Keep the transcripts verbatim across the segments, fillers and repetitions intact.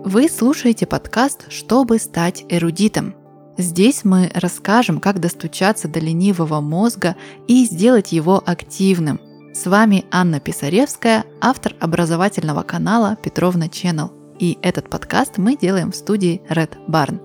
Вы слушаете подкаст «Чтобы стать эрудитом». Здесь мы расскажем, как достучаться до ленивого мозга и сделать его активным. С вами Анна Писаревская, автор образовательного канала Петровна Channel. И этот подкаст мы делаем в студии Red Barn.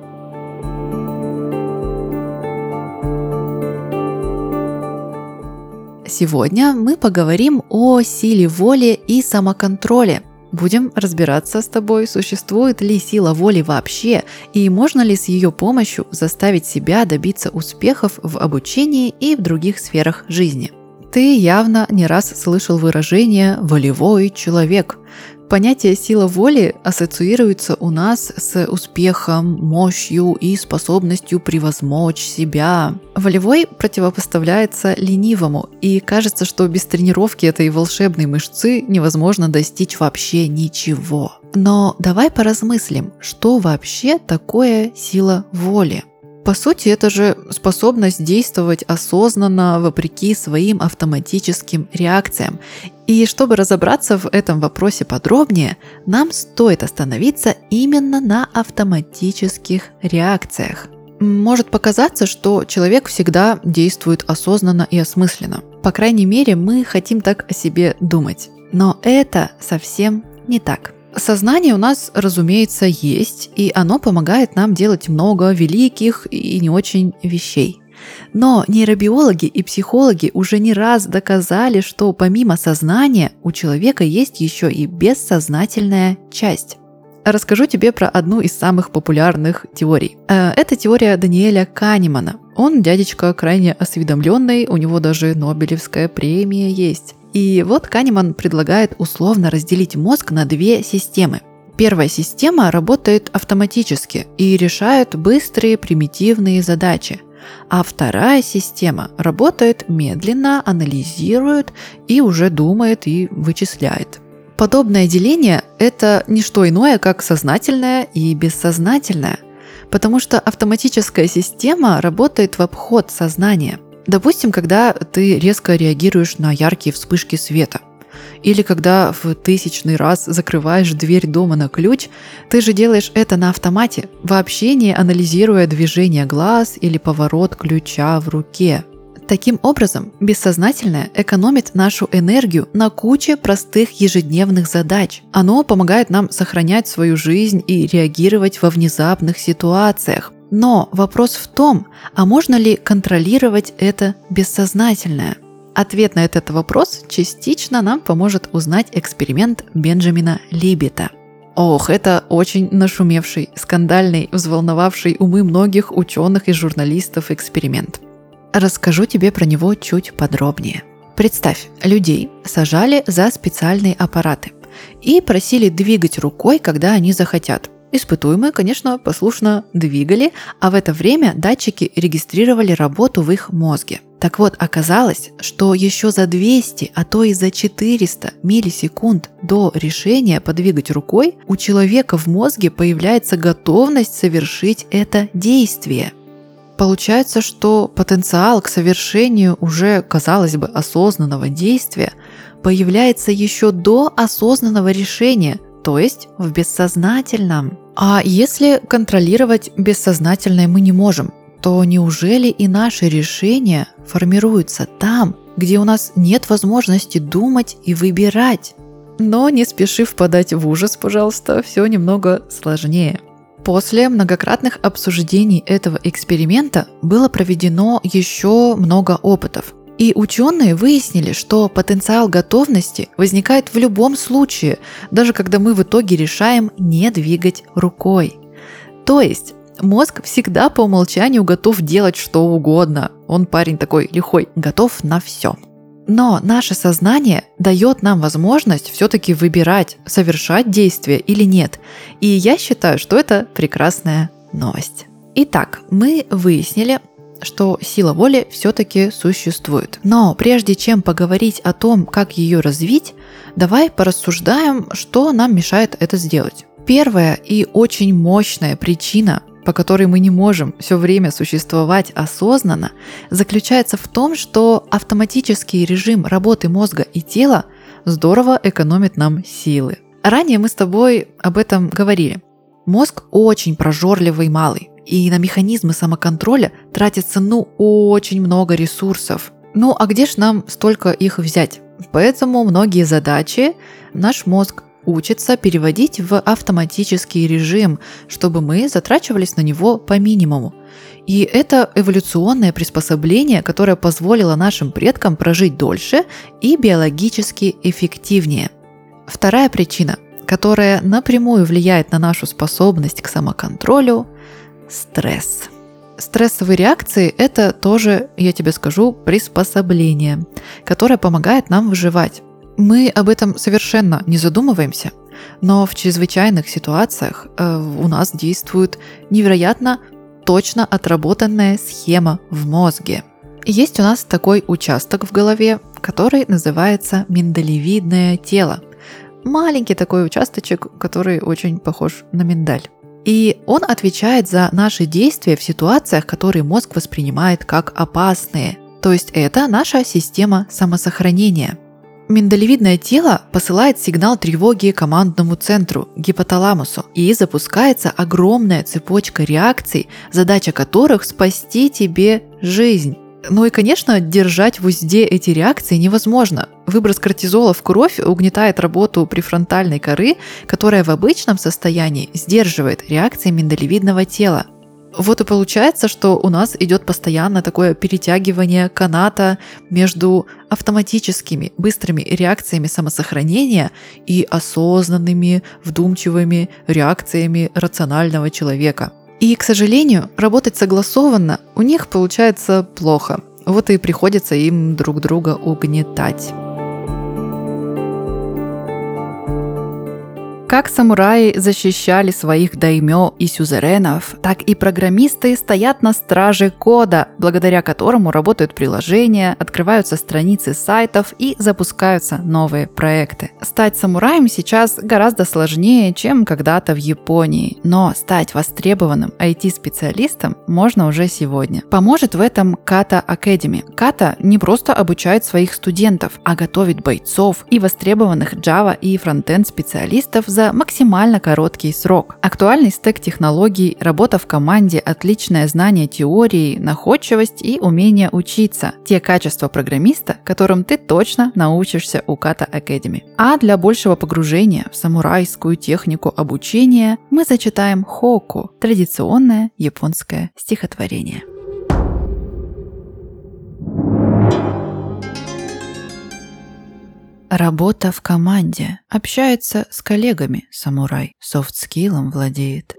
Сегодня мы поговорим о силе воли и самоконтроле. Будем разбираться с тобой, существует ли сила воли вообще, и можно ли с ее помощью заставить себя добиться успехов в обучении и в других сферах жизни. Ты явно не раз слышал выражение «волевой человек». Понятие «сила воли» ассоциируется у нас с успехом, мощью и способностью превозмочь себя. Волевой противопоставляется ленивому, и кажется, что без тренировки этой волшебной мышцы невозможно достичь вообще ничего. Но давай поразмыслим, что вообще такое сила воли? По сути, это же способность действовать осознанно, вопреки своим автоматическим реакциям. И чтобы разобраться в этом вопросе подробнее, нам стоит остановиться именно на автоматических реакциях. Может показаться, что человек всегда действует осознанно и осмысленно. По крайней мере, мы хотим так о себе думать. Но это совсем не так. Сознание у нас, разумеется, есть, и оно помогает нам делать много великих и не очень вещей. Но нейробиологи и психологи уже не раз доказали, что помимо сознания у человека есть еще и бессознательная часть. Расскажу тебе про одну из самых популярных теорий. Это теория Даниэля Канемана. Он дядечка крайне осведомленный, у него даже Нобелевская премия есть. И вот Канеман предлагает условно разделить мозг на две системы. Первая система работает автоматически и решает быстрые примитивные задачи, а вторая система работает медленно, анализирует и уже думает и вычисляет. Подобное деление – это не что иное, как сознательное и бессознательное, потому что автоматическая система работает в обход сознания. Допустим, когда ты резко реагируешь на яркие вспышки света, или когда в тысячный раз закрываешь дверь дома на ключ, ты же делаешь это на автомате, вообще не анализируя движение глаз или поворот ключа в руке. Таким образом, бессознательное экономит нашу энергию на куче простых ежедневных задач. Оно помогает нам сохранять свою жизнь и реагировать во внезапных ситуациях. Но вопрос в том, а можно ли контролировать это бессознательное? Ответ на этот вопрос частично нам поможет узнать эксперимент Бенджамина Либбета. Ох, это очень нашумевший, скандальный, взволновавший умы многих ученых и журналистов эксперимент. Расскажу тебе про него чуть подробнее. Представь, людей сажали за специальные аппараты и просили двигать рукой, когда они захотят. Испытуемые, конечно, послушно двигали, а в это время датчики регистрировали работу в их мозге. Так вот, оказалось, что еще за двести, а то и за четыреста миллисекунд до решения подвигать рукой у человека в мозге появляется готовность совершить это действие. Получается, что потенциал к совершению уже, казалось бы, осознанного действия появляется еще до осознанного решения, то есть в бессознательном. А если контролировать бессознательное мы не можем, то неужели и наши решения формируются там, где у нас нет возможности думать и выбирать? Но не спеши впадать в ужас, пожалуйста, все немного сложнее. После многократных обсуждений этого эксперимента было проведено еще много опытов. И ученые выяснили, что потенциал готовности возникает в любом случае, даже когда мы в итоге решаем не двигать рукой. То есть мозг всегда по умолчанию готов делать что угодно. Он парень такой лихой, готов на все. Но наше сознание дает нам возможность все-таки выбирать, совершать действие или нет. И я считаю, что это прекрасная новость. Итак, мы выяснили, что сила воли все-таки существует. Но прежде чем поговорить о том, как ее развить, давай порассуждаем, что нам мешает это сделать. Первая и очень мощная причина, по которой мы не можем все время существовать осознанно, заключается в том, что автоматический режим работы мозга и тела здорово экономит нам силы. Ранее мы с тобой об этом говорили. Мозг очень прожорливый малый, и на механизмы самоконтроля тратится ну очень много ресурсов. Ну а где ж нам столько их взять? Поэтому многие задачи наш мозг учится переводить в автоматический режим, чтобы мы затрачивались на него по минимуму. И это эволюционное приспособление, которое позволило нашим предкам прожить дольше и биологически эффективнее. Вторая причина, которая напрямую влияет на нашу способность к самоконтролю – стресс. Стрессовые реакции – это тоже, я тебе скажу, приспособление, которое помогает нам выживать. Мы об этом совершенно не задумываемся, но в чрезвычайных ситуациях э, у нас действует невероятно точно отработанная схема в мозге. Есть у нас такой участок в голове, который называется миндалевидное тело. Маленький такой участочек, который очень похож на миндаль. И он отвечает за наши действия в ситуациях, которые мозг воспринимает как опасные. То есть это наша система самосохранения. Миндалевидное тело посылает сигнал тревоги командному центру, гипоталамусу, и запускается огромная цепочка реакций, задача которых – спасти тебе жизнь. Ну и, конечно, держать в узде эти реакции невозможно. Выброс кортизола в кровь угнетает работу префронтальной коры, которая в обычном состоянии сдерживает реакции миндалевидного тела. Вот и получается, что у нас идет постоянно такое перетягивание каната между автоматическими быстрыми реакциями самосохранения и осознанными, вдумчивыми реакциями рационального человека. И, к сожалению, работать согласованно у них получается плохо. Вот и приходится им друг друга угнетать. Как самураи защищали своих даймё и сюзеренов, так и программисты стоят на страже кода, благодаря которому работают приложения, открываются страницы сайтов и запускаются новые проекты. Стать самураем сейчас гораздо сложнее, чем когда-то в Японии, но стать востребованным ай ти-специалистом можно уже сегодня. Поможет в этом Kata Academy. Kata не просто обучает своих студентов, а готовит бойцов и востребованных Java и фронтенд специалистов за максимально короткий срок. Актуальный стек технологий, работа в команде, отличное знание теории, находчивость и умение учиться. Те качества программиста, которым ты точно научишься у Kata Academy. А для большего погружения в самурайскую технику обучения мы зачитаем Хоку – традиционное японское стихотворение. Работа в команде. Общается с коллегами самурай. Софт-скиллом владеет.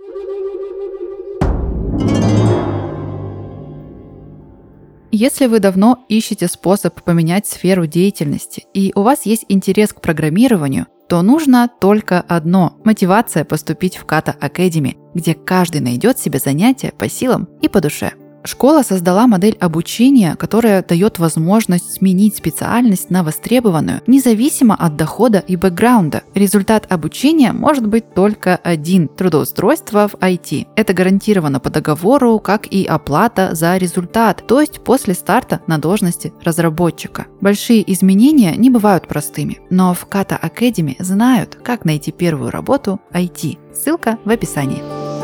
Если вы давно ищете способ поменять сферу деятельности и у вас есть интерес к программированию, то нужно только одно – мотивация поступить в Kata Academy, где каждый найдет себе занятие по силам и по душе. Школа создала модель обучения, которая дает возможность сменить специальность на востребованную, независимо от дохода и бэкграунда. Результат обучения может быть только один – трудоустройство в ай ти. Это гарантировано по договору, как и оплата за результат, то есть после старта на должности разработчика. Большие изменения не бывают простыми, но в Kata Academy знают, как найти первую работу ай ти. Ссылка в описании.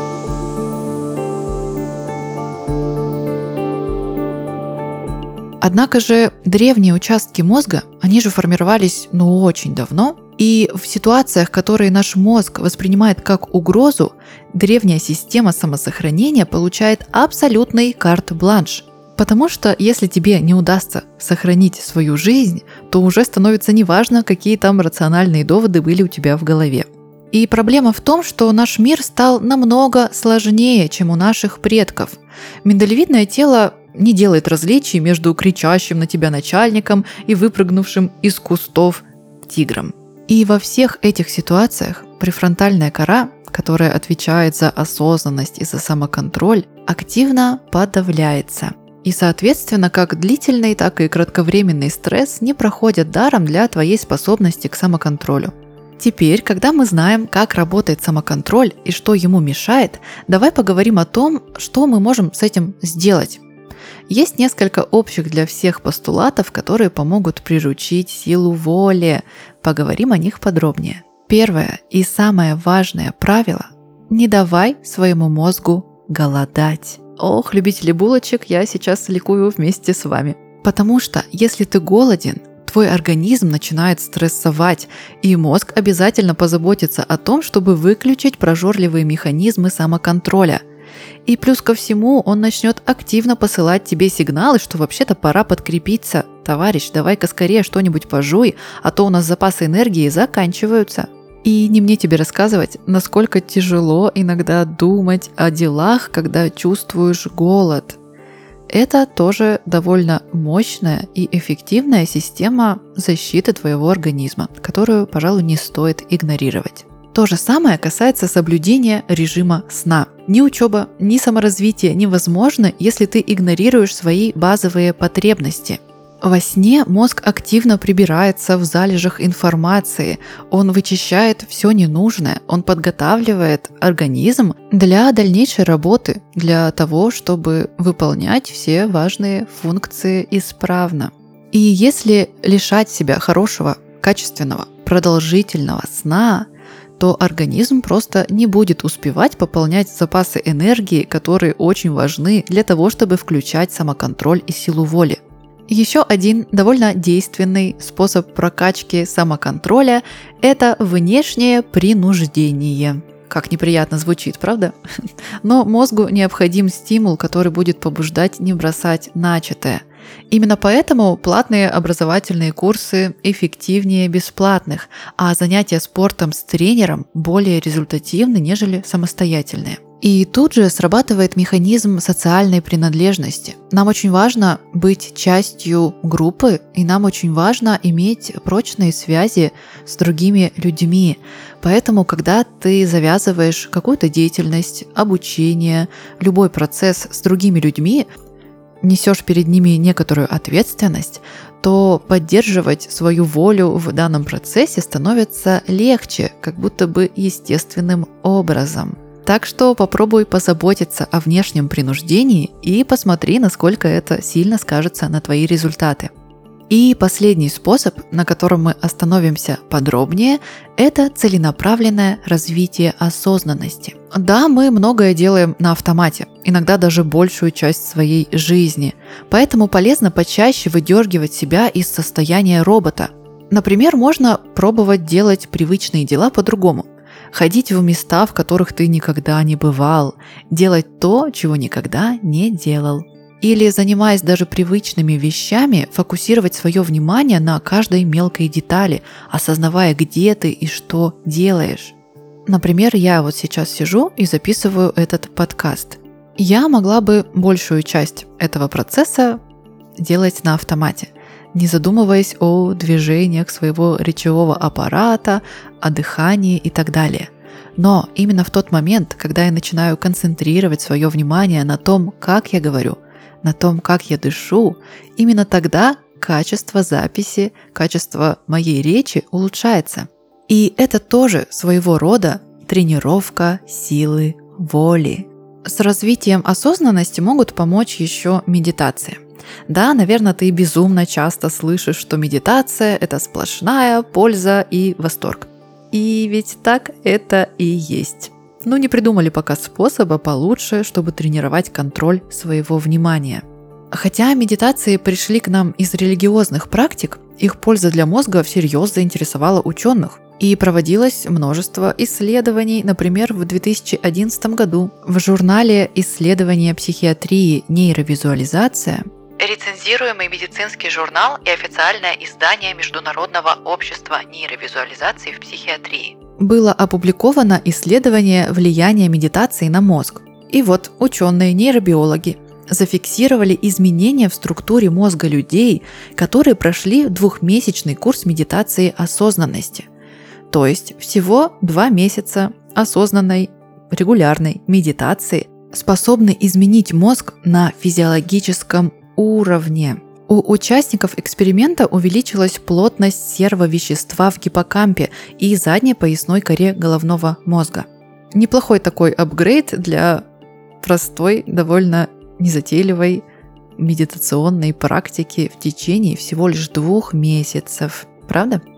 Однако же древние участки мозга, они же формировались ну очень давно, и в ситуациях, которые наш мозг воспринимает как угрозу, древняя система самосохранения получает абсолютный карт-бланш. Потому что если тебе не удастся сохранить свою жизнь, то уже становится неважно, какие там рациональные доводы были у тебя в голове. И проблема в том, что наш мир стал намного сложнее, чем у наших предков. Миндалевидное тело не делает различий между кричащим на тебя начальником и выпрыгнувшим из кустов тигром. И во всех этих ситуациях префронтальная кора, которая отвечает за осознанность и за самоконтроль, активно подавляется. И, соответственно, как длительный, так и кратковременный стресс не проходят даром для твоей способности к самоконтролю. Теперь, когда мы знаем, как работает самоконтроль и что ему мешает, давай поговорим о том, что мы можем с этим сделать. Есть несколько общих для всех постулатов, которые помогут приручить силу воли. Поговорим о них подробнее. Первое и самое важное правило – не давай своему мозгу голодать. Ох, любители булочек, я сейчас ликую вместе с вами. Потому что если ты голоден, твой организм начинает стрессовать, и мозг обязательно позаботится о том, чтобы выключить прожорливые механизмы самоконтроля. И плюс ко всему он начнет активно посылать тебе сигналы, что вообще-то пора подкрепиться. Товарищ, давай-ка скорее что-нибудь пожуй, а то у нас запасы энергии заканчиваются. И не мне тебе рассказывать, насколько тяжело иногда думать о делах, когда чувствуешь голод. Это тоже довольно мощная и эффективная система защиты твоего организма, которую, пожалуй, не стоит игнорировать. То же самое касается соблюдения режима сна. Ни учеба, ни саморазвитие невозможно, если ты игнорируешь свои базовые потребности. Во сне мозг активно прибирается в залежах информации, он вычищает все ненужное, он подготавливает организм для дальнейшей работы, для того, чтобы выполнять все важные функции исправно. И если лишать себя хорошего, качественного, продолжительного сна, то организм просто не будет успевать пополнять запасы энергии, которые очень важны для того, чтобы включать самоконтроль и силу воли. Еще один довольно действенный способ прокачки самоконтроля – это внешнее принуждение. Как неприятно звучит, правда? Но мозгу необходим стимул, который будет побуждать не бросать начатое. Именно поэтому платные образовательные курсы эффективнее бесплатных, а занятия спортом с тренером более результативны, нежели самостоятельные. И тут же срабатывает механизм социальной принадлежности. Нам очень важно быть частью группы, и нам очень важно иметь прочные связи с другими людьми. Поэтому, когда ты завязываешь какую-то деятельность, обучение, любой процесс с другими людьми, несешь перед ними некоторую ответственность, то поддерживать свою волю в данном процессе становится легче, как будто бы естественным образом. Так что попробуй позаботиться о внешнем принуждении и посмотри, насколько это сильно скажется на твои результаты. И последний способ, на котором мы остановимся подробнее, это целенаправленное развитие осознанности. Да, мы многое делаем на автомате, иногда даже большую часть своей жизни, поэтому полезно почаще выдергивать себя из состояния робота. Например, можно пробовать делать привычные дела по-другому. Ходить в места, в которых ты никогда не бывал, делать то, чего никогда не делал. Или, занимаясь даже привычными вещами, фокусировать свое внимание на каждой мелкой детали, осознавая, где ты и что делаешь. Например, я вот сейчас сижу и записываю этот подкаст. Я могла бы большую часть этого процесса делать на автомате, не задумываясь о движениях своего речевого аппарата, о дыхании и так далее. Но именно в тот момент, когда я начинаю концентрировать свое внимание на том, как я говорю, на том, как я дышу, именно тогда качество записи, качество моей речи улучшается. И это тоже своего рода тренировка силы воли. С развитием осознанности могут помочь еще медитации. Да, наверное, ты безумно часто слышишь, что медитация – это сплошная польза и восторг. И ведь так это и есть. Но не придумали пока способа получше, чтобы тренировать контроль своего внимания. Хотя медитации пришли к нам из религиозных практик, их польза для мозга всерьез заинтересовала ученых. И проводилось множество исследований, например, в две тысячи одиннадцатом году в журнале «Исследования психиатрии. Нейровизуализация», рецензируемый медицинский журнал и официальное издание Международного общества нейровизуализации в психиатрии, было опубликовано исследование влияния медитации на мозг. И вот ученые-нейробиологи зафиксировали изменения в структуре мозга людей, которые прошли двухмесячный курс медитации осознанности. То есть всего два месяца осознанной, регулярной медитации способны изменить мозг на физиологическом уровне. У участников эксперимента увеличилась плотность сервовещества в гиппокампе и задней поясной коре головного мозга. Неплохой такой апгрейд для простой, довольно незатейливой медитационной практики в течение всего лишь двух месяцев. Правда?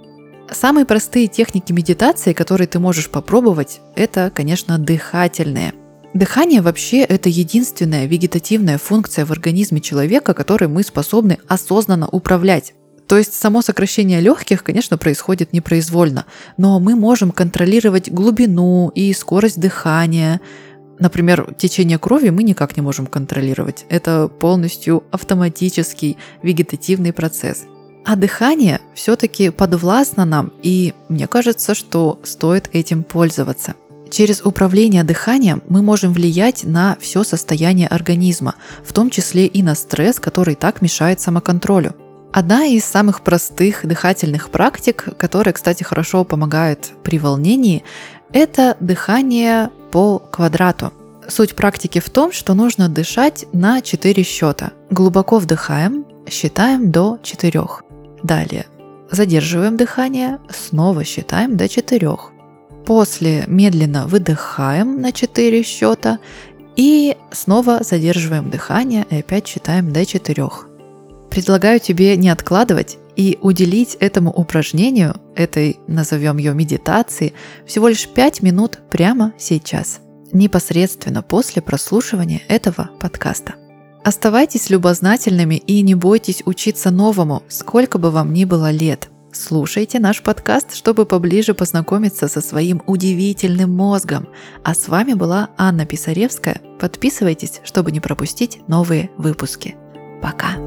Самые простые техники медитации, которые ты можешь попробовать, это, конечно, дыхательные. Дыхание вообще это единственная вегетативная функция в организме человека, которой мы способны осознанно управлять. То есть само сокращение легких, конечно, происходит непроизвольно, но мы можем контролировать глубину и скорость дыхания. Например, течение крови мы никак не можем контролировать. Это полностью автоматический вегетативный процесс. А дыхание все-таки подвластно нам, и мне кажется, что стоит этим пользоваться. Через управление дыханием мы можем влиять на все состояние организма, в том числе и на стресс, который так мешает самоконтролю. Одна из самых простых дыхательных практик, которая, кстати, хорошо помогает при волнении, это дыхание по квадрату. Суть практики в том, что нужно дышать на четыре счета. Глубоко вдыхаем, считаем до четырех. Далее задерживаем дыхание, снова считаем до четырех. После медленно выдыхаем на четыре счета и снова задерживаем дыхание и опять считаем до четырех. Предлагаю тебе не откладывать и уделить этому упражнению, этой, назовем ее медитации, всего лишь пять минут прямо сейчас, непосредственно после прослушивания этого подкаста. Оставайтесь любознательными и не бойтесь учиться новому, сколько бы вам ни было лет. Слушайте наш подкаст, чтобы поближе познакомиться со своим удивительным мозгом. А с вами была Анна Писаревская. Подписывайтесь, чтобы не пропустить новые выпуски. Пока!